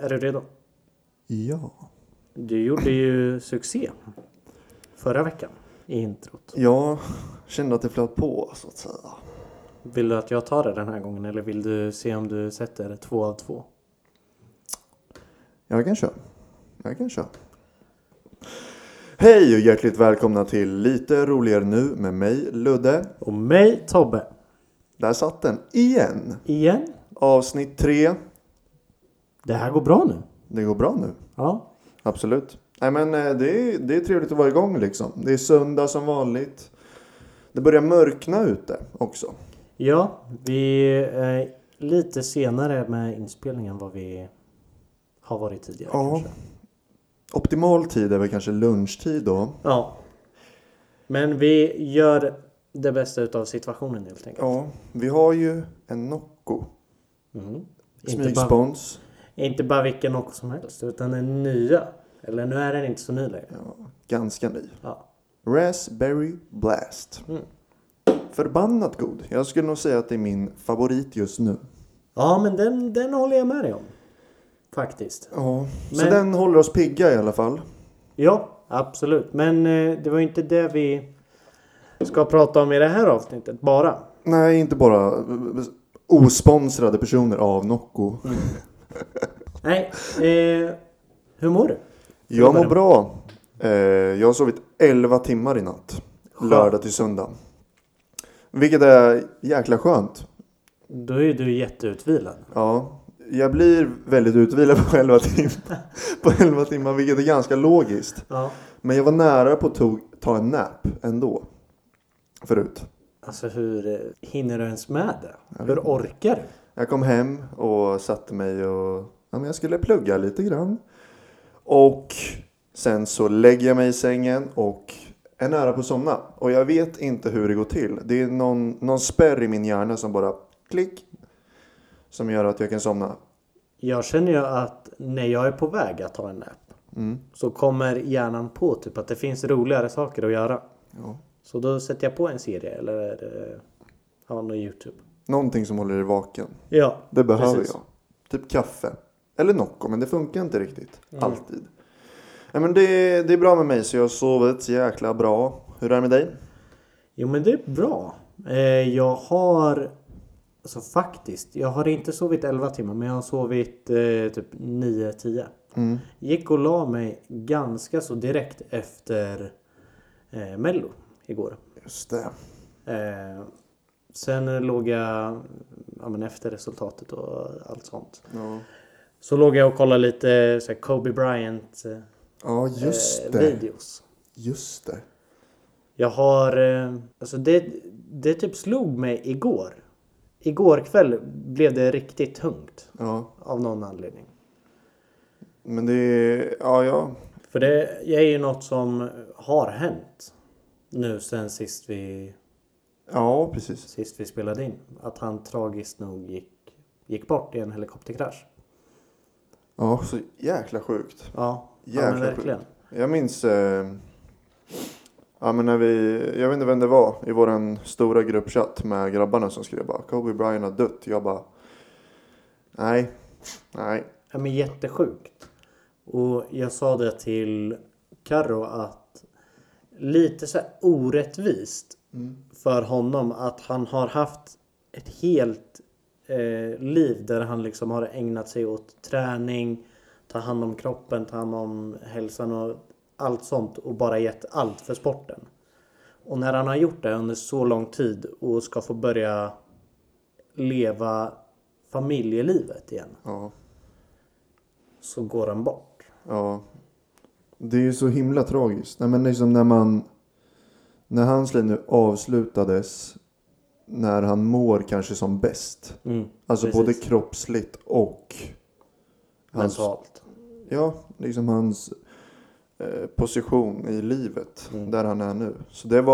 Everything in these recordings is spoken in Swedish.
Är du redo? Ja. Du gjorde ju succé förra veckan i introt. Jag kände att det flöt på, så att säga. Vill du att jag tar det den här gången eller vill du se om du sätter 2 av 2? Jag kan köra. Hej och hjärtligt välkomna till Lite roligare nu med mig, Ludde. Och mig, Tobbe. Där satt den igen. Igen? Avsnitt 3. Det här går bra nu. Det går bra nu. Ja. Absolut. Nej, men det är trevligt att vara igång liksom. Det är söndag som vanligt. Det börjar mörkna ute också. Ja, vi är lite senare med inspelningen än vad vi har varit tidigare. Ja. Kanske. Optimal tid är väl kanske lunchtid då. Ja. Men vi gör det bästa utav situationen helt enkelt. Ja, vi har ju en Nocco. Mm. Smygspons. Inte bara vilken Nocco som helst, utan en nya. Eller nu är den inte så ny längre. Ja, ganska ny. Ja. Raspberry Blast. Mm. Förbannat god. Jag skulle nog säga att det är min favorit just nu. Ja, men den håller jag med dig om. Faktiskt. Ja, så Men- den håller oss pigga i alla fall. Ja, absolut. Men det var inte det vi ska prata om i det här avsnittet. Bara. Nej, inte bara osponsrade personer av Nocco. Nej, hur mår du? Jag mår bra. Jag har sovit 11 timmar i natt. Skönt. Lördag till söndag. Vilket är jäkla skönt. Då är du jätteutvilad. Ja, jag blir väldigt utvilad på 11 timmar. På 11 timmar, vilket är ganska logiskt. Ja. Men jag var nära på att ta en nap ändå. Förut. Alltså hur hinner du ens med det? Jag Hur vet orkar du? Jag kom hem och satte mig och men jag skulle plugga lite grann. Och sen så lägger jag mig i sängen och är nära på att somna. Och jag vet inte hur det går till. Det är någon spärr i min hjärna som bara klick. Som gör att jag kan somna. Jag känner ju att när jag är på väg att ta en nap. Så kommer hjärnan på typ att det finns roligare saker att göra. Ja. Så då sätter jag på en serie eller någon YouTube. Någonting som håller dig vaken. Ja, Det behöver precis. jag. Typ kaffe. Eller Nocco, men det funkar inte riktigt. Alltid. Ja, men det är bra med mig, så jag har sovit jäkla bra. Hur är det med dig? Jo, men det är bra. Jag har... Alltså faktiskt, jag har inte sovit 11 timmar, men jag har sovit typ 9-10. Gick och la mig ganska så direkt efter Mello igår. Just det. Sen låg jag efter resultatet och allt sånt. Ja, Så låg jag och kollade lite så här, Kobe Bryant ja just det. videos. Just det. Jag har... alltså det typ slog mig igår. Igår kväll blev det riktigt tungt. Ja, Av någon anledning. men det är... Ja. För det är ju något som har hänt. Nu sen sist Ja, precis. vi spelade in. Att han tragiskt nog gick bort i en helikopterkrasch. Ja, så jäkla sjukt. Ja, Jäkla men verkligen. Jag minns... men när jag vet inte vem det var i våran stora gruppchatt med grabbarna som skrev bara Kobe Bryant har dött. Jag bara... Nej. Ja, men jättesjukt. Och jag sa det till Karo att lite så här orättvist för honom att han har haft ett helt liv där han liksom har ägnat sig åt träning, ta hand om kroppen, ta hand om hälsan och allt sånt och bara gett allt för sporten. Och när han har gjort det under så lång tid och ska få börja leva familjelivet igen, Ja. så går han bort. Ja. Det är ju så himla tragiskt. Nej, men liksom när hans liv nu avslutades, när han mår kanske som bäst. Alltså precis. både kroppsligt och Mentalt. Ja, liksom hans position i livet där han är nu. Så det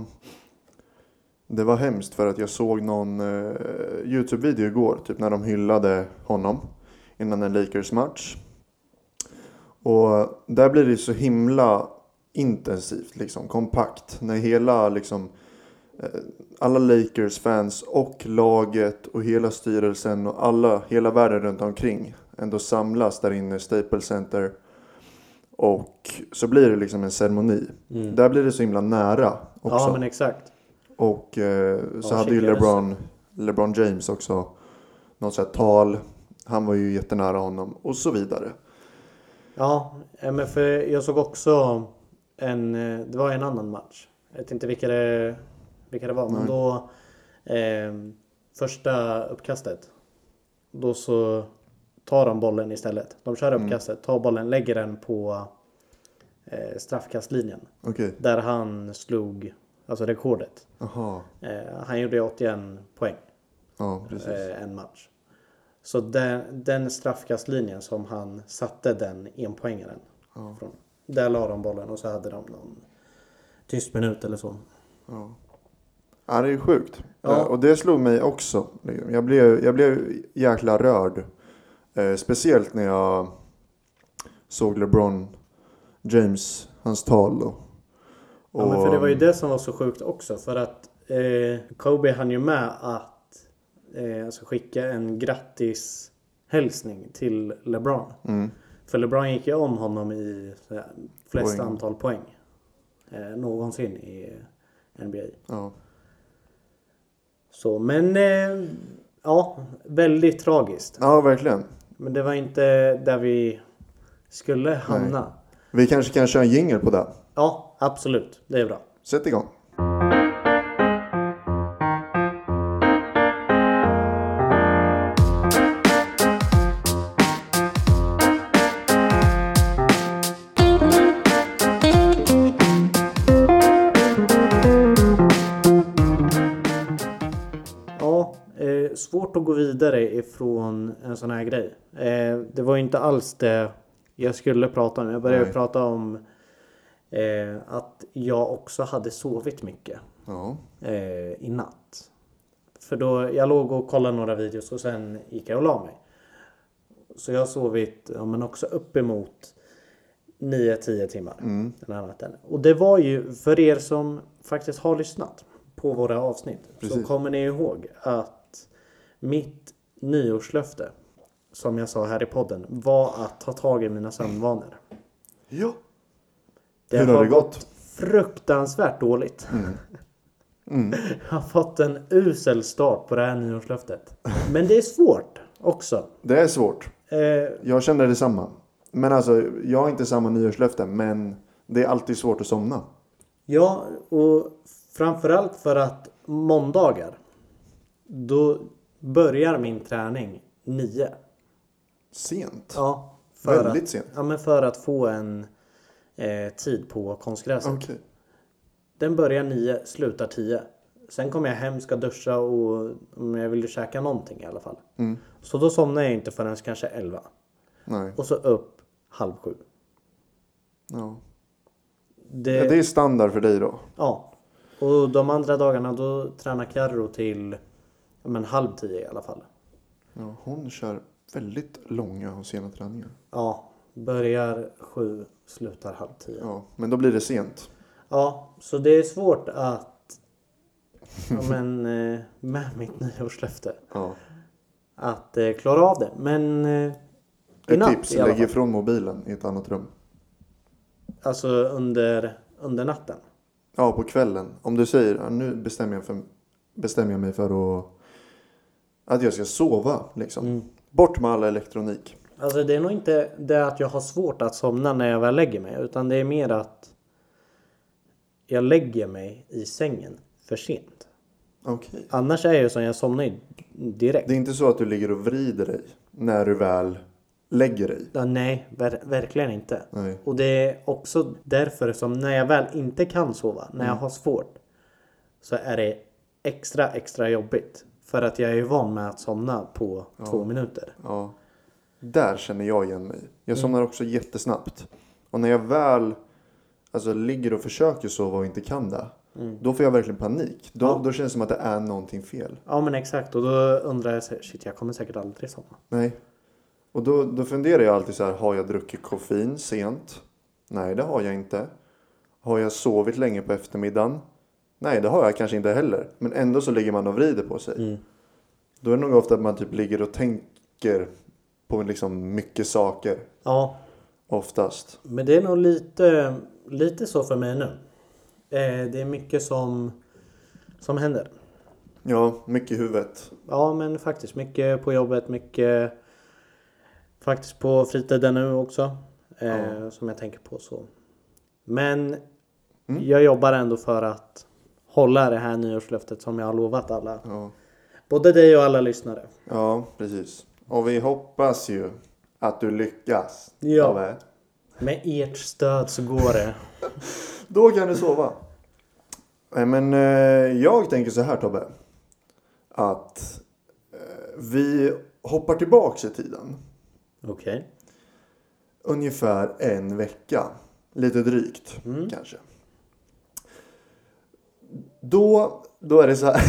var hemskt, för att jag såg någon YouTube-video igår typ när de hyllade honom innan en Lakers-match. Och där blir det så himla intensivt, liksom kompakt, när hela liksom alla Lakers-fans och laget och hela styrelsen och hela världen runt omkring ändå samlas där inne i Staples Center. Och så blir det liksom en ceremoni. Där blir det så himla nära också. Ja, men exakt. Och så hade ju LeBron James också något sånt här tal. Han var ju jättenära honom och så vidare. Ja, men för jag såg också det var en annan match. Jag vet inte vilka det var. Men då första uppkastet. Då så tar de bollen istället. De kör uppkastet, tar bollen, lägger den på straffkastlinjen. Okay. Där han slog alltså rekordet. Han gjorde 81 poäng. Ja, precis. En match. Så den straffkastlinjen som han satte den enpoängaren från. Där la de bollen och så hade de någon tyst minut eller så. Ja, det är sjukt. Ja. Och det slog mig också. Jag blev jäkla rörd. Speciellt när jag såg LeBron James, hans tal då. Ja, men för det var ju det som var så sjukt också. För att Kobe hann ju med att alltså skicka en grattis hälsning till LeBron. För LeBron gick ju om honom i flest antal poäng någonsin i NBA. Ja. Så, men väldigt tragiskt. Ja, verkligen. Men det var inte där vi skulle hamna. Nej. Vi kanske kan köra en jingle på det. Ja, absolut. Det är bra. Sätt igång. Svårt att gå vidare ifrån en sån här grej. Det var ju inte alls det jag skulle prata om. Jag började prata om att jag också hade sovit mycket i natt. För då jag låg och kollade några videos och sen gick jag och la mig. Så jag har sovit men också uppemot 9-10 timmar den här natten. Och det var ju för er som faktiskt har lyssnat på våra avsnitt. Precis. Så kommer ni ihåg att mitt nyårslöfte, som jag sa här i podden, var att ta tag i mina sömnvanor. Ja. Hur har det gått? Fruktansvärt dåligt. Jag har fått en usel start på det här nyårslöftet. Men det är svårt också. Det är svårt. Jag känner detsamma. Men alltså, jag har inte samma nyårslöfte, men det är alltid svårt att somna. Ja, och framförallt för att måndagar, då börjar min träning 9. Sent? Ja. Väldigt sent? Ja, men för att få en tid på konstgräset. Okay. Den börjar 9, slutar 10. Sen kommer jag hem, ska duscha och om jag vill käka någonting i alla fall. Så då somnar jag inte förrän kanske 11. Nej. Och så upp 6:30. Ja. Det är standard för dig då? Ja. Och de andra dagarna då tränar Karro till 9:30 i alla fall. Ja, hon kör väldigt långa och sena träningar. Ja, börjar 7, slutar 9:30. Ja, men då blir det sent. Ja, så det är svårt att med mitt nyårslöfte att klara av det. Men ett tips, lägg ifrån mobilen i ett annat rum. Alltså under natten? Ja, på kvällen. Om du säger, nu bestämmer jag mig för att jag ska sova liksom. Bort med all elektronik. Alltså det är nog inte det att jag har svårt att somna när jag väl lägger mig. Utan det är mer att jag lägger mig i sängen för sent. Okay. Annars är jag som jag somnar direkt. Det är inte så att du ligger och vrider dig när du väl lägger dig? Ja, nej, verkligen inte. Nej. Och det är också därför som när jag väl inte kan sova, när jag har svårt, så är det extra jobbigt. För att jag är ju van med att somna på 2 minuter. Ja, där känner jag igen mig. Jag somnar också jättesnabbt. Och när jag väl ligger och försöker sova och inte kan det, då får jag verkligen panik. Då känns det som att det är någonting fel. Ja, men exakt. Och då undrar jag, shit, jag kommer säkert aldrig somna. Nej. Och då funderar jag alltid så här, har jag druckit koffein sent? Nej, det har jag inte. Har jag sovit länge på eftermiddagen? Nej, det har jag kanske inte heller. Men ändå så ligger man och vrider på sig. Då är det nog ofta att man typ ligger och tänker på liksom mycket saker. Ja. Oftast. Men det är nog lite så för mig nu. Det är mycket som händer. Ja, mycket i huvudet. Ja, men faktiskt mycket på jobbet, mycket faktiskt på fritiden nu också. Som jag tänker på så. Men jag jobbar ändå för att hålla det här nyårslöftet som jag har lovat alla. Ja. Både dig och alla lyssnare. Ja, precis. Och vi hoppas ju att du lyckas. Ja. Tobbe. Med ert stöd så går det. Då kan du sova. Men jag tänker så här, Tobbe. Att vi hoppar tillbaks i tiden. Okej. Ungefär en vecka. Lite drygt kanske. Då är det så här.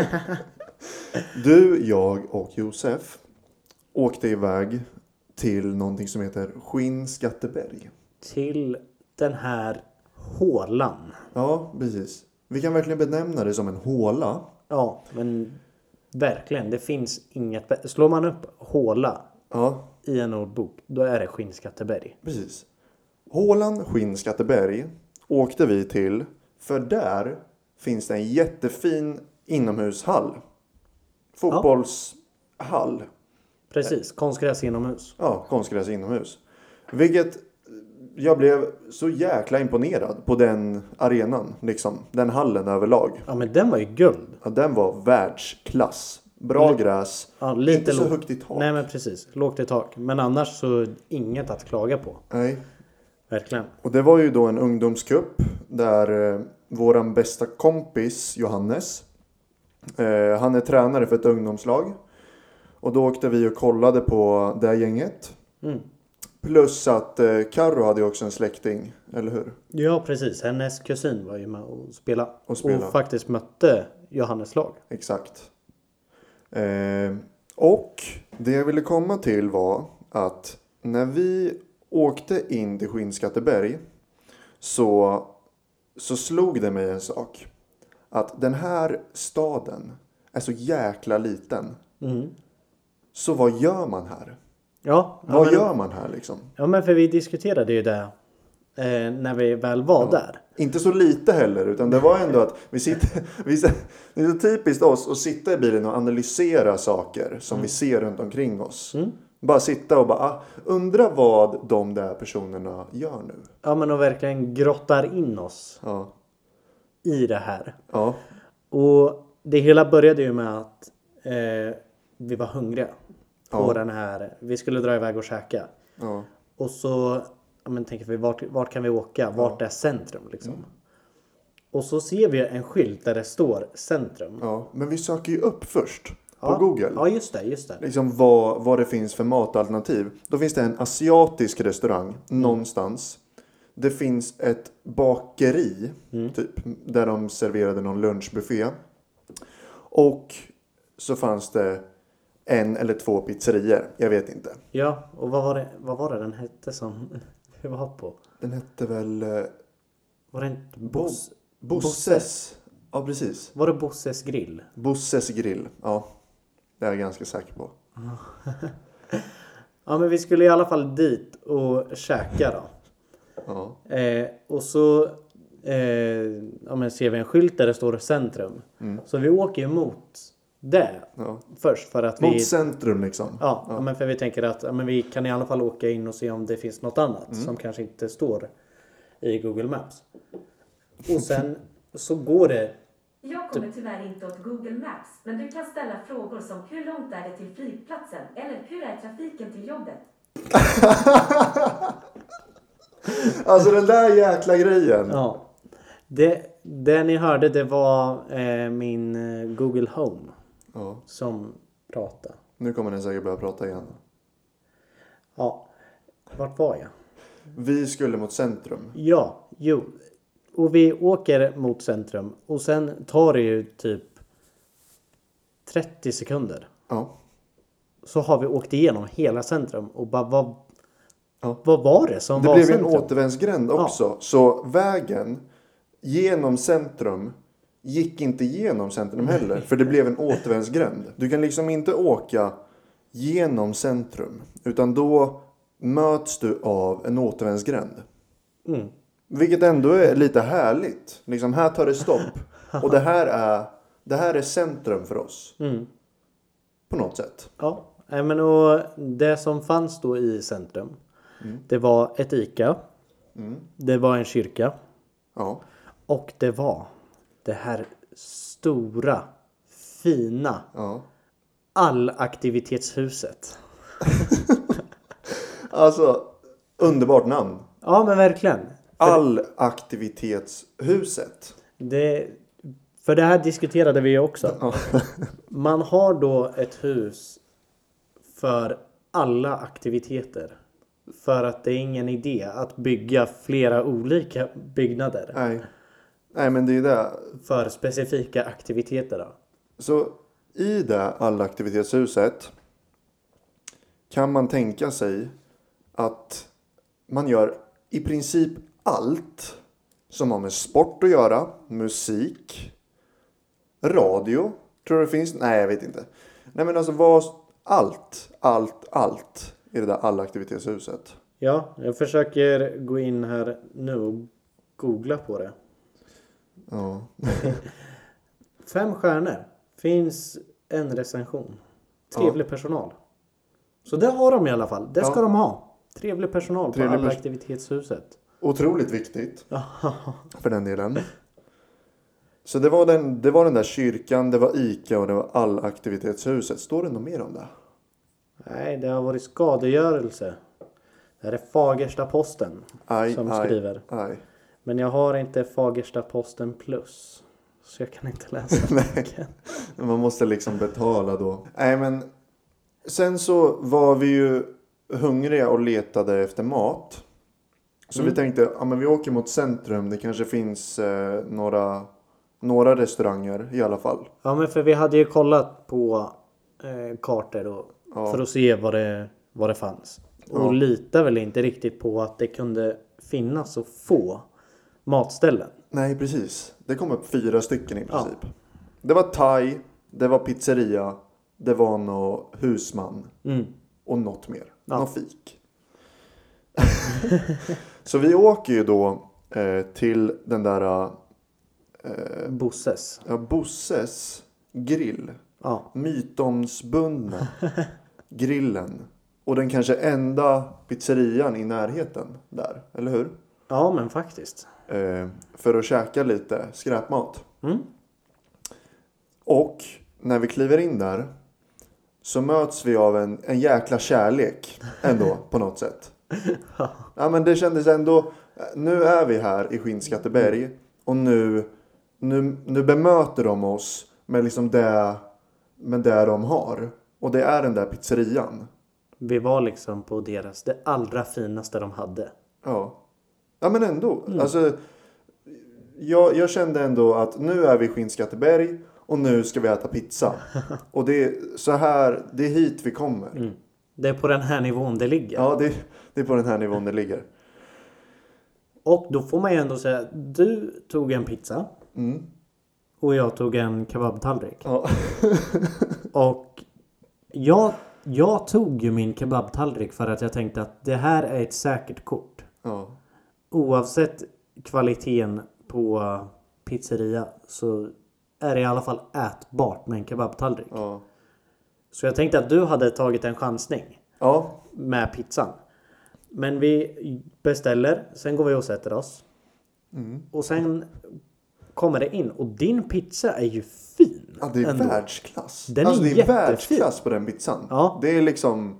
Du, jag och Josef åkte iväg till någonting som heter Skinnskatteberg. Till den här hålan. Ja, precis. Vi kan verkligen benämna det som en håla. Ja, men verkligen. Det finns inget. Slår man upp håla i en ordbok, då är det Skinnskatteberg. Precis. Hålan Skinnskatteberg åkte vi till. För där finns det en jättefin inomhushall. Fotbollshall. Precis, konstgräs inomhus. Ja, konstgräs inomhus. Vilket jag blev så jäkla imponerad på den arenan. Liksom, den hallen överlag. Ja, men den var ju guld. Ja, den var världsklass. Bra gräs. Ja, lite inte så högt i tak. Nej, men precis. Lågt i tak. Men annars så inget att klaga på. Nej. Verkligen. Och det var ju då en ungdomscup. Där våran bästa kompis Johannes. Han är tränare för ett ungdomslag. Och då åkte vi och kollade på det gänget. Plus att Karo hade ju också en släkting, eller hur? Ja, precis. Hennes kusin var ju med och spelade. Och faktiskt mötte Johannes lag. Exakt. Och det jag ville komma till var att när vi åkte in till Skinnskatteberg så slog det mig en sak. Att den här staden är så jäkla liten. Så vad gör man här? Vad gör man här liksom? Ja, men för vi diskuterade ju det när vi väl var där. Inte så lite heller, utan det var ändå att det är så typiskt oss att sitta i bilen och analysera saker som vi ser runt omkring oss. Bara sitta och bara undra vad de där personerna gör nu. Ja, men och verkligen grottar in oss i det här. Ja. Och det hela började ju med att vi var hungriga på den här. Vi skulle dra iväg och käka. Ja. Och så tänker vi, vart kan vi åka? Vart är centrum liksom? Och så ser vi en skylt där det står centrum. Ja, men vi söker ju upp först på Google. Ja, just det. Liksom vad det finns för matalternativ. Då finns det en asiatisk restaurang någonstans. Det finns ett bakeri typ, där de serverade någon lunchbuffé. Och så fanns det 1 eller 2 pizzerior. Jag vet inte. Ja, och vad var det den hette som vi var på? Den hette väl... Var det inte Bosses? Ja, precis. Var det Bosses grill? Bosses grill, ja. Det är jag ganska säker på. Ja, men vi skulle i alla fall dit och käka då. Ja. Och så ser vi en skylt där det står centrum. Så vi åker ju mot det först för att mot centrum liksom. Ja, men för vi tänker att vi kan i alla fall åka in och se om det finns något annat som kanske inte står i Google Maps. Och sen så går det. Jag kommer tyvärr inte åt Google Maps, men du kan ställa frågor som hur långt är det till flygplatsen eller hur är trafiken till jobbet? Alltså den där jäkla grejen. Ja. Det ni hörde, det var min Google Home som pratade. Nu kommer den säkert börja prata igen. Ja, vart var jag? Vi skulle mot centrum. Ja, jo. Och vi åker mot centrum. Och sen tar det ju typ 30 sekunder. Ja. Så har vi åkt igenom hela centrum. Och bara vad var det som var centrum? Det blev en återvändsgränd också. Så vägen genom centrum gick inte igenom centrum heller. För det blev en återvändsgränd. Du kan liksom inte åka genom centrum. Utan då möts du av en återvändsgränd. Mm. Vilket ändå är lite härligt. Liksom här tar det stopp. Och det här är centrum för oss. Mm. På något sätt. Ja, men och det som fanns då i centrum. Det var ett ICA. Det var en kyrka. Ja. Och det var det här stora, fina Ja. allaktivitetshuset. Alltså, underbart namn. Ja, men verkligen. Allaktivitetshuset. För det här diskuterade vi ju också. Man har då ett hus för alla aktiviteter. För att det är ingen idé att bygga flera olika byggnader. Nej, men det är det. För specifika aktiviteter då. Så i det allaktivitetshuset kan man tänka sig att man gör i princip allt som har med sport att göra. Musik. Radio. Tror du det finns? Nej, jag vet inte. Nej, men alltså allt i det där allaktivitetshuset. Ja, jag försöker gå in här nu och googla på det. Ja. 5 stjärnor. Finns en recension. Trevlig personal. Så det har de i alla fall. Det ska de ha. Trevlig personal på allaktivitetshuset. Otroligt viktigt. För den delen. Så det var den där kyrkan, det var ICA och det var allaktivitetshuset. Står det något mer om det? Nej, det har varit skadegörelse. Det här är Fagersta-Posten som skriver. Aj. Men jag har inte Fagersta-Posten plus. Så jag kan inte läsa. Nej, man måste liksom betala då. Nej, men sen så var vi ju hungriga och letade efter mat. Så vi tänkte, men vi åker mot centrum. Det kanske finns några restauranger i alla fall. Ja, men för vi hade ju kollat på kartor då, för att se vad det fanns. Och litar väl inte riktigt på att det kunde finnas så få matställen. Nej, precis. Det kom upp 4 stycken i princip. Ja. Det var thai, det var pizzeria, det var något husman och något mer. Något fik. Så vi åker ju då till den där Bosses. Ja, Bosses grill. Ja. Mytomsbundna grillen. Och den kanske enda pizzerian i närheten där, eller hur? Ja, men faktiskt. För att käka lite skräpmat. Och när vi kliver in där så möts vi av en jäkla kärlek ändå på något sätt. Ja, men det kändes ändå, nu är vi här i Skinnskatteberg och nu bemöter de oss med liksom det de har. Och det är den där pizzerian. Vi var liksom på det allra finaste de hade. Ja. Ja, men ändå. Alltså, jag kände ändå att nu är vi i Skinnskatteberg och nu ska vi äta pizza. Och det är så här, det är hit vi kommer. Det är på den här nivån det ligger. Ja, det är på den här nivån det ligger. Och då får man ju ändå säga, du tog en pizza. Och jag tog en kebabtallrik. Ja. Och jag tog ju min kebabtallrik för att jag tänkte att det här är ett säkert kort. Ja. Oavsett kvaliteten på pizzeria så är det i alla fall ätbart med en kebabtallrik. Ja. Så jag tänkte att du hade tagit en chansning med pizzan. Men vi beställer, sen går vi och sätter oss. Och sen kommer det in. Och din pizza är ju fin. Ja, det är världsklass. Den är det är jättefin. världsklass på den pizzan. Ja. Det är liksom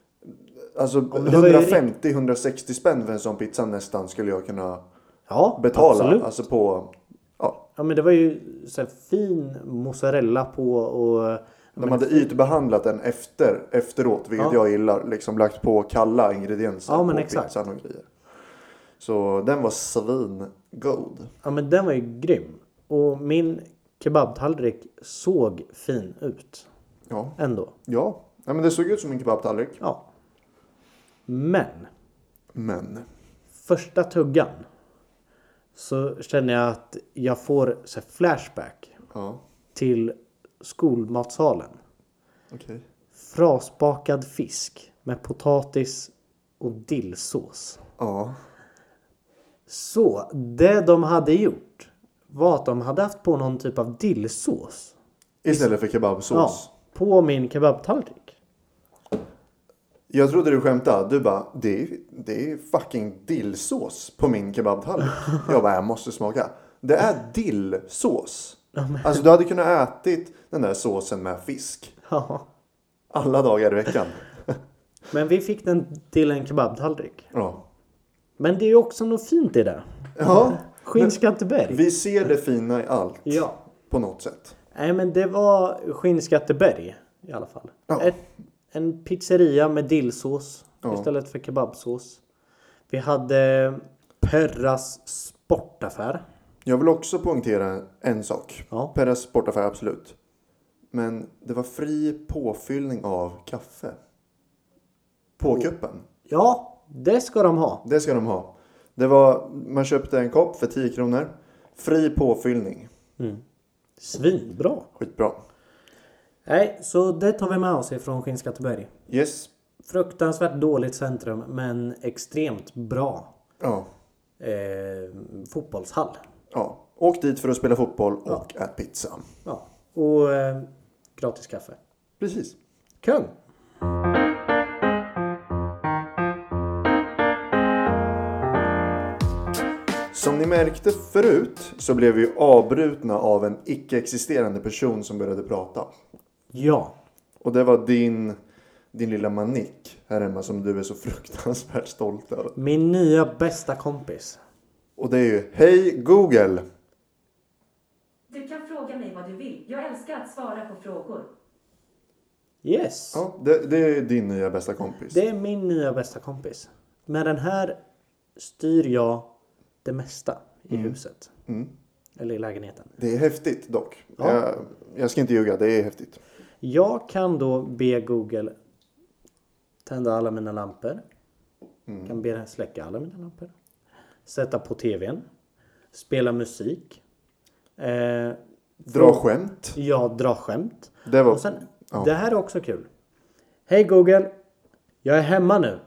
150-160 spänn för en sån pizza nästan skulle jag kunna betala. Absolut. Alltså på... Ja, men det var ju så här fin mozzarella på och... De hade ytbehandlat den efteråt, vilket jag gillar. Liksom lagt på kalla ingredienser på pizzan och grejer. Så den var svingod. Ja, men den var ju grym. Och min kebabtallrik såg fin ut. Ja. Ändå. Ja, men det såg ut som en kebabtallrik. Ja. Men. Men. Första tuggan. så känner jag att jag får så här flashback Ja, till skolmatsalen. okej. Frasbakad fisk med potatis och dillsås. Ja, Så det de hade gjort var att de hade haft på någon typ av dillsås. istället för kebabsås. På min kebabtallrik. Jag trodde du skämtade. Du bara, det är fucking dillsås på min kebabtallrik. Jag bara, jag måste smaka. Det är dillsås. Alltså du hade kunnat ätit den där såsen med fisk. Ja. Alla dagar i veckan. Men vi fick den till en kebabtallrik. Ja. Men det är ju också något fint i det. Ja. Skinnskatteberg. Vi ser det fina i allt. Ja. På något sätt. Nej men det var Skinnskatteberg i alla fall. Ja. En pizzeria med dillsås istället för kebabsås. Vi hade Perras sportaffär. Jag vill också poängtera en sak. Ja. Perras sportaffär, absolut. Men det var fri påfyllning av kaffe. På kuppen. Ja, det ska de ha. Det ska de ha. Det var, man köpte en kopp för 10 kronor. Fri påfyllning. Svinbra. Skitbra. Nej, så det tar vi med oss ifrån Skinnskatteberg. Yes. Fruktansvärt dåligt centrum men extremt bra Ja. fotbollshall. Ja. Åk dit för att spela fotboll och ät pizza. Ja. Och gratis kaffe. Precis. Kung! Som ni märkte förut så blev vi avbrutna av en icke-existerande person som började prata. Ja. Och det var din lilla manik här hemma som du är så fruktansvärt stolt över. Min nya bästa kompis. Och det är ju, hej Google! Du kan fråga mig vad du vill. Jag älskar att svara på frågor. Yes. Ja, det är din nya bästa kompis. Det är min nya bästa kompis. Med den här styr jag det mesta i huset. Eller i lägenheten. Det är häftigt dock. Ja. Jag ska inte ljuga, det är häftigt. Jag kan då be Google tända alla mina lampor. Kan be den släcka alla mina lampor. Sätta på tvn. Spela musik. Dra skämt. Ja, dra skämt. Det var... Och sen, det här är också kul. Hej Google. Jag är hemma nu.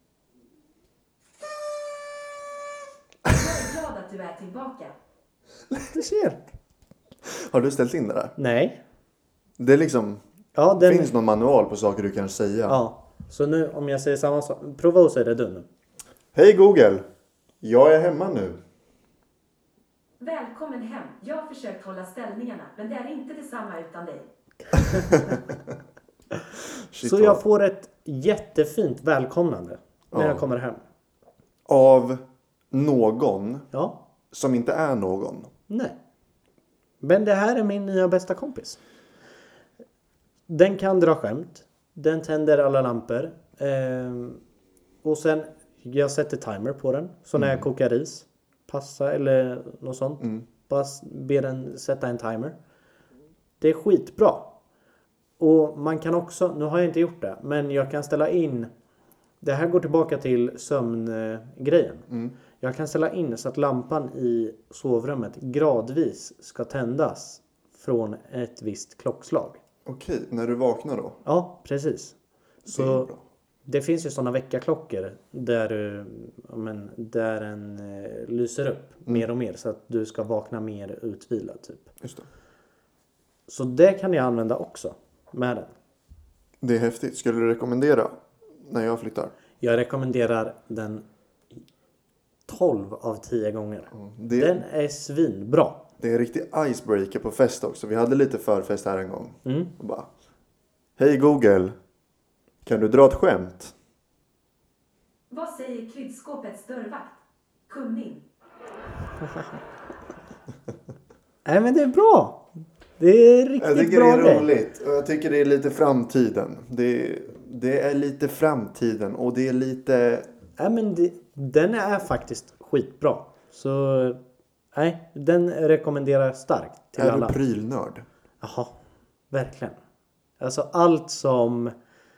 Jag är glad att du är tillbaka. Du ser. Har du ställt in det där? Nej. Det är liksom... Ja, den... Finns någon manual på saker du kan säga? Ja. Så nu om jag säger samma sak. Prova att säga det du nu. Hej Google! Jag är hemma nu. Välkommen hem. Jag har försökt hålla ställningarna, men det är inte detsamma utan dig. Shit, Så jag får ett jättefint välkomnande när jag kommer hem. Av någon Ja. som inte är någon. Nej. Men det här är min nya bästa kompis. Den kan dra skämt. Den tänder alla lampor. Och sen, jag sätter timer på den. Så när jag kokar ris, passa eller något sånt. Bara be den sätta en timer. Det är skitbra. Och man kan också, nu har jag inte gjort det. Men jag kan ställa in. Det här går tillbaka till sömngrejen. Jag kan ställa in så att lampan i sovrummet gradvis ska tändas från ett visst klockslag. Okej, när du vaknar då? Ja, precis. Det är Så bra. det finns ju sådana väckarklockor där, där den lyser upp mer och mer så att du ska vakna mer utvilad typ. Just det. Så det kan jag använda också med den. Det är häftigt. Skulle du rekommendera när jag flyttar? Jag rekommenderar den 12 av 10 gånger. Det, Den är svinbra. det är en riktig icebreaker på fest också. Vi hade lite förfest här en gång. Och bara, hej Google, kan du dra ett skämt? Vad säger kryddskåpets dörrvakt? Kunnig. Nej men det är bra. Det är Jag riktigt tycker bra det är grej. roligt. Och jag tycker det är lite framtiden. Det är lite framtiden. Och det är lite... Nej men den är faktiskt skitbra. Så nej, den rekommenderar jag starkt till Är alla. du prylnörd? Jaha, verkligen. Alltså allt som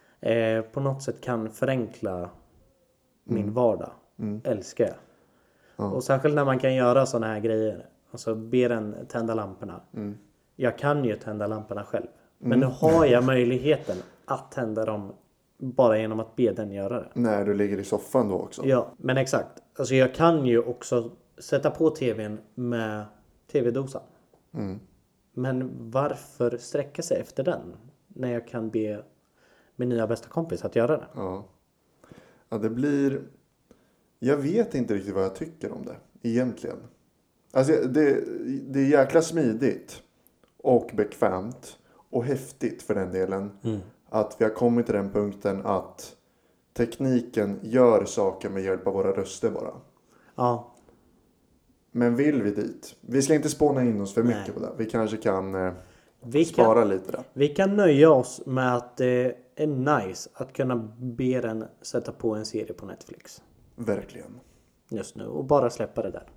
på något sätt kan förenkla min vardag älskar jag. Och särskilt när man kan göra sådana här grejer. Alltså be den tända lamporna. Jag kan ju tända lamporna själv. Men nu har jag möjligheten att tända dem bara genom att be den göra det. När du ligger i soffan då också. Ja, men exakt. Alltså jag kan ju också sätta på tvn med tv-dosan. Men varför sträcka sig efter den? När jag kan be min nya bästa kompis att göra det. Ja, det blir... Jag vet inte riktigt vad jag tycker om det. Egentligen. Alltså det är jäkla smidigt. Och bekvämt. Och häftigt för den delen. Att vi har kommit till den punkten att tekniken gör saker med hjälp av våra röster bara. Ja. Men vill vi dit? Vi ska inte spåna in oss för mycket på det. Vi kanske kan spara lite där. Vi kan nöja oss med att det är nice att kunna be den sätta på en serie på Netflix. Verkligen. Just nu. Och bara släppa det där.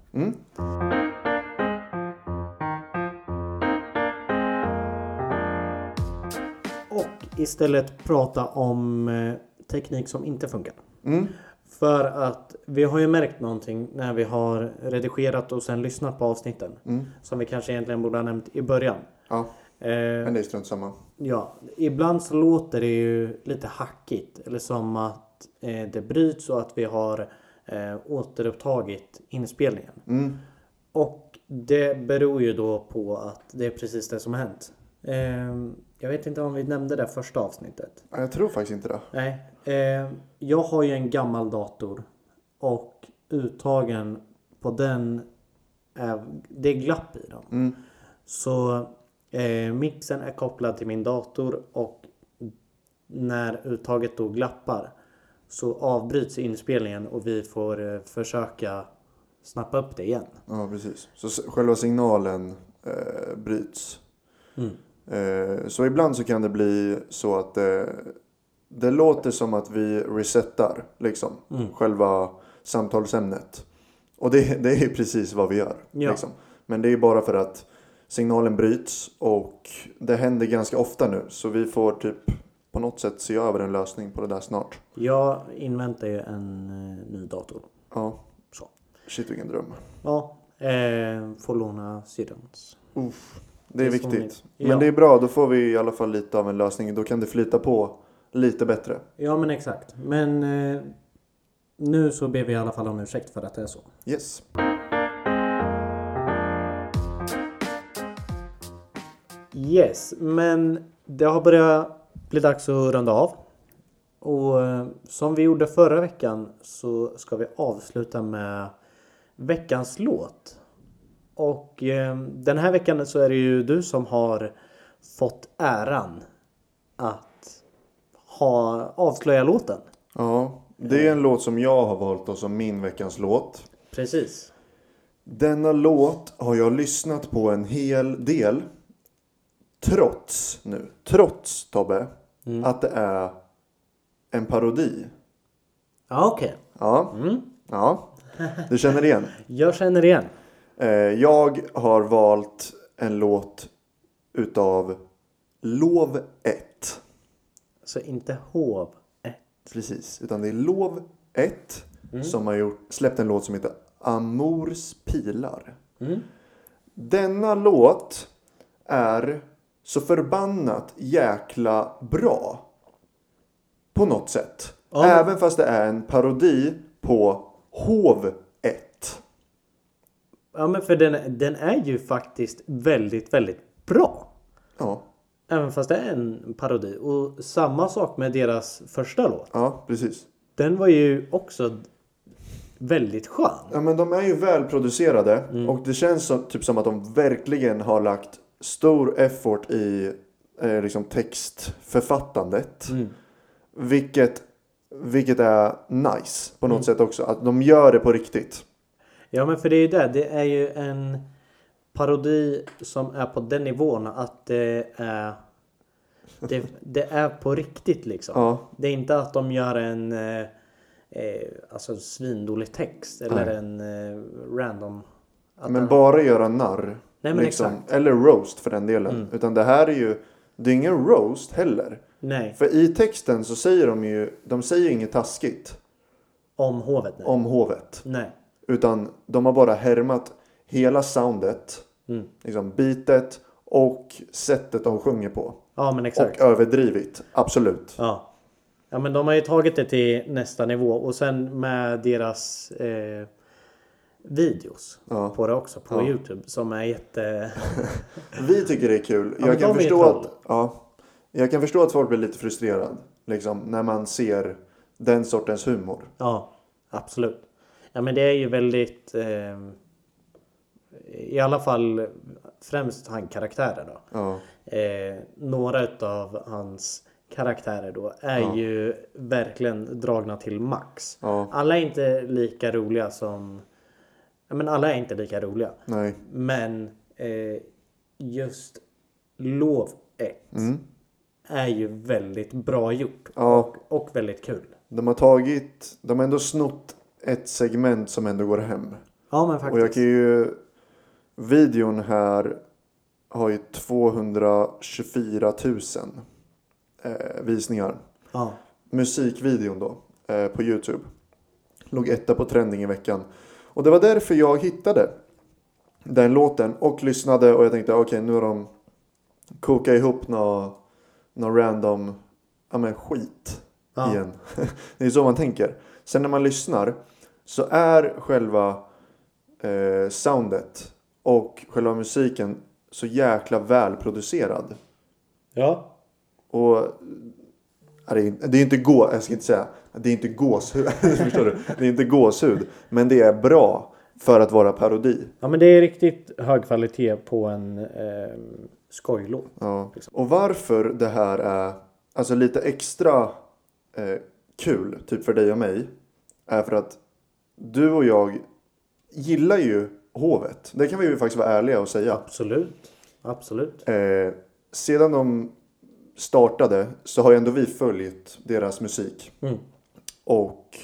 Och istället prata om teknik som inte funkar. För att vi har ju märkt någonting när vi har redigerat och sen lyssnat på avsnitten. Som vi kanske egentligen borde ha nämnt i början. Ja, men det är strunt samma. Ja, ibland så låter det ju lite hackigt. Eller som att det bryts och att vi har återupptagit inspelningen. Och det beror ju då på att det är precis det som har hänt. Jag vet inte om vi nämnde det första avsnittet. Jag tror faktiskt inte det. Nej. Jag har ju en gammal dator. Och uttagen på den det är glapp i dem. Så mixen är kopplad till min dator. Och när uttaget då glappar så avbryts inspelningen och vi får försöka snappa upp det igen. Ja, precis. Så själva signalen bryts. Så ibland så kan det bli så att det låter som att vi resetar liksom, själva samtalsämnet. Och det är ju precis vad vi gör. Ja. Liksom. Men det är bara för att signalen bryts och det händer ganska ofta nu. Så vi får typ på något sätt se över en lösning på det där snart. Jag inväntar ju en ny dator. Ja. Så. Shit, vilken dröm. Ja, får låna syrrans. Det är viktigt. Ja. Men det är bra, då får vi i alla fall lite av en lösning. Då kan det flyta på lite bättre. Ja, men exakt. Men nu så ber vi i alla fall om ursäkt för att det är så. Yes. Yes, men det har börjat bli dags att runda av. Och som vi gjorde förra veckan så ska vi avsluta med veckans låt. Och den här veckan så är det ju du som har fått äran att avslöja låten. Ja, det är en låt som jag har valt då som min veckans låt. Precis. Denna låt har jag lyssnat på en hel del. Trots Tobbe, att det är en parodi. Ja, okej. Ja, du känner igen. Jag känner igen. Jag har valt en låt utav Lov 1. Så inte hov 1. Precis, utan det är Lov 1 som har släppt en låt som heter Amors pilar. Denna låt är så förbannat jäkla bra. På något sätt. Ja. Även fast det är en parodi på Hov 1. Ja, men för den är ju faktiskt väldigt, väldigt bra. Ja. Även fast det är en parodi. Och samma sak med deras första låt. Ja, precis. Den var ju också väldigt skön. Ja, men de är ju välproducerade. Och det känns typ som att de verkligen har lagt stor effort i liksom textförfattandet. Vilket är nice på något sätt också. Att de gör det på riktigt. Ja, men för det är ju det. Det är ju en parodi som är på den nivån att det är på riktigt liksom. Ja. Det är inte att de gör en alltså svindålig text eller en random. Men bara göra narr. Nej, men liksom. exakt. Eller roast för den delen. Utan det här är ju, det är ingen roast heller. Nej. För i texten så säger de säger inget taskigt Om hovet. Nej. om hovet. Nej. Utan de har bara härmat hela soundet, liksom beatet och sättet de sjunger på. Ja, men exakt. Och överdrivit, absolut. Ja. Ja, men de har ju tagit det till nästa nivå. Och sen med deras videos på det också. På YouTube. Som är jätte... Vi tycker det är kul. Ja, jag kan förstå att folk blir lite frustrerad. Liksom, när man ser den sortens humor. Ja, absolut. Ja, men det är ju väldigt... I alla fall främst han karaktärer då. Ja. Några utav hans karaktärer då är ju verkligen dragna till max. Ja. Alla är inte lika roliga som... Ja, men alla är inte lika roliga. Nej. Men just Lov 1 är ju väldigt bra gjort. Ja. Och väldigt kul. De har ändå snott ett segment som ändå går hem. Ja, men faktiskt. Och jag kan ju... Videon här har ju 224 000 visningar. Ja. Musikvideon då på YouTube. Låg etta på trending i veckan. Och det var därför jag hittade den låten och lyssnade. Och jag tänkte okej, nu har de kokat ihop någon random skit igen. Det är så man tänker. Sen när man lyssnar så är själva soundet och själva musiken så jäkla välproducerad. Ja. Och det är inte jag ska inte säga det är inte gåshud. Förstår du? Det är inte gåshud, men det är bra för att vara parodi. Ja, men det är riktigt hög kvalitet på en skojlåt. Ja. Och varför det här är alltså lite extra kul typ för dig och mig är för att du och jag gillar ju Hovet. Det kan vi ju faktiskt vara ärliga och säga. Absolut. Sedan de startade så har ju ändå vi följt deras musik. Och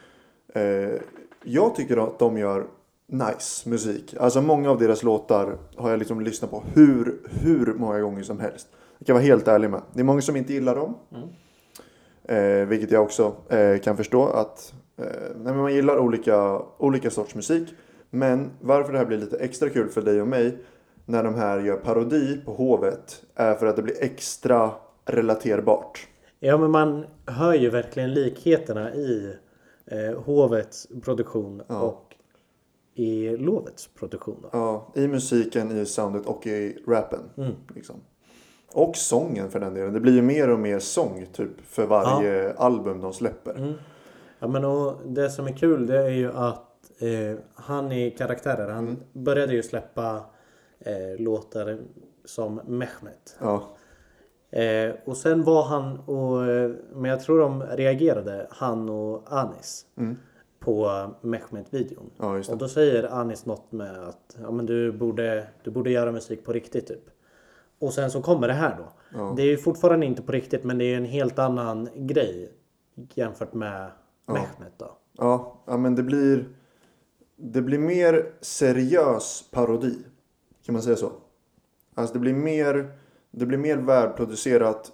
jag tycker att de gör nice musik. Alltså många av deras låtar har jag liksom lyssnat på hur många gånger som helst. Jag kan vara helt ärlig med. Det är många som inte gillar dem. Vilket jag också kan förstå att man gillar olika sorts musik. Men varför det här blir lite extra kul för dig och mig när de här gör parodi på Hovet är för att det blir extra relaterbart. Ja, men man hör ju verkligen likheterna i Hovets produktion och i Lovets produktion. Då. Ja, i musiken, i soundet och i rappen. Liksom. Och sången för den delen. Det blir ju mer och mer sång typ för varje album de släpper. Ja, men och det som är kul det är ju att han i karaktärer, han började ju släppa låtar som Mehmet. Ja. Och sen var han men jag tror de reagerade, han och Anis på Mehmet-videon. Ja, just det. Och då säger Anis något med att men du borde göra musik på riktigt typ. Och sen så kommer det här då. Ja. Det är ju fortfarande inte på riktigt, men det är en helt annan grej jämfört med Mehmet då. Ja, men det blir mer seriös parodi. Kan man säga så? Alltså det blir mer välproducerat.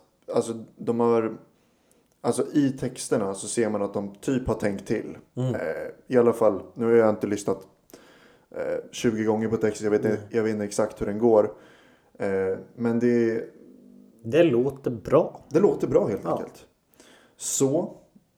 Alltså i texterna så ser man att de typ har tänkt till. I alla fall, nu har jag inte lyssnat 20 gånger på texten. Jag vet inte exakt hur den går. Men det låter bra. Det låter bra helt enkelt. Så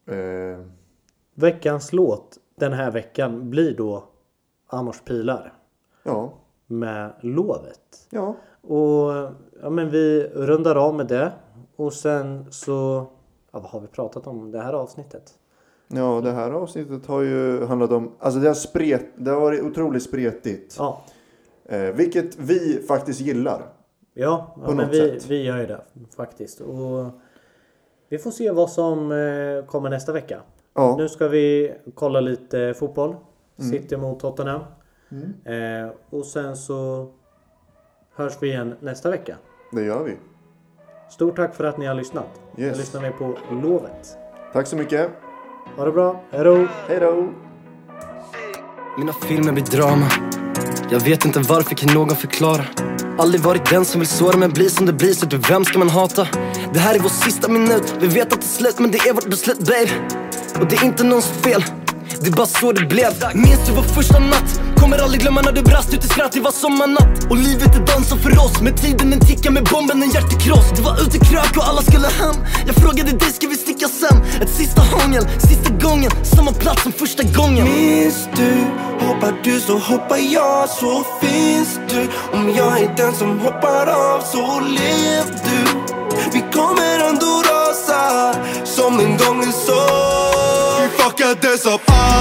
veckans låt den här veckan blir då Amors pilar. Ja. Med Lovet. Ja. Och men vi rundar av med det. Och sen så vad har vi pratat om det här avsnittet? Ja, det här avsnittet har ju handlat om, alltså det har varit otroligt spretigt. Ja. Vilket vi faktiskt gillar. Ja, men vi gör ju det faktiskt. Och vi får se vad som kommer nästa vecka. Ja. Nu ska vi kolla lite fotboll. City mot Tottenham. Och sen så hörs vi igen nästa vecka. Det gör vi. Stort tack för att ni har lyssnat. Yes. Nu lyssnar vi på Lovet. Tack så mycket. Ha det bra. Hej då. Hej då. Mina filmer blir drama. Jag vet inte varför, kan någon förklara? Aldrig varit den som vill såra, men blir som det blir, så du, vem ska man hata? Det här är vår sista minut, vi vet att det är slut, men det är vårt beslut, babe. Och det är inte någons fel. det är bara så det blev. Minns du vår första natt? Kommer aldrig glömma när du brast ut i skratt. Det var sommarnatt och livet är dansar för oss. Med tiden den tickar, med bomben en hjärtekross. Du var ute krök och alla skulle hem. Jag frågade dig, ska vi sticka sen? Ett sista hångel, sista gången. Samma plats som första gången. Minns du, hoppar du så hoppar jag. Så finns du, om jag är den som hoppar av så lev du. Vi kommer ändå rasa som en gång en såg. Vi fuckades av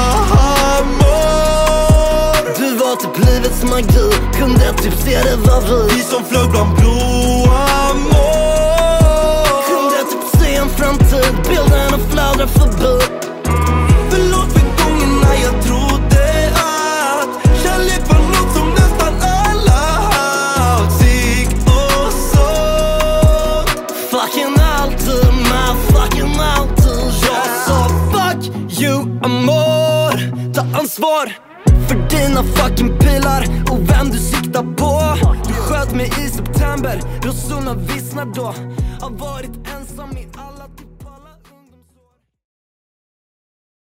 amor. Du var typ livets magi, kunde typ se det var vi. Vi som flög bland broar mål. Kunde typ se en framtid, bilden och fladdra förbi. Förlåt för gångerna jag trodde att kärlek var något som nästan alla gick och såg. Fucking alltid, man, fucking alltid. Jag sa fuck you amor. Ta ansvar för dina fucking pilar och vem du siktar på. Du sköt mig i september, rosorna vissnar då. Har varit ensam i alla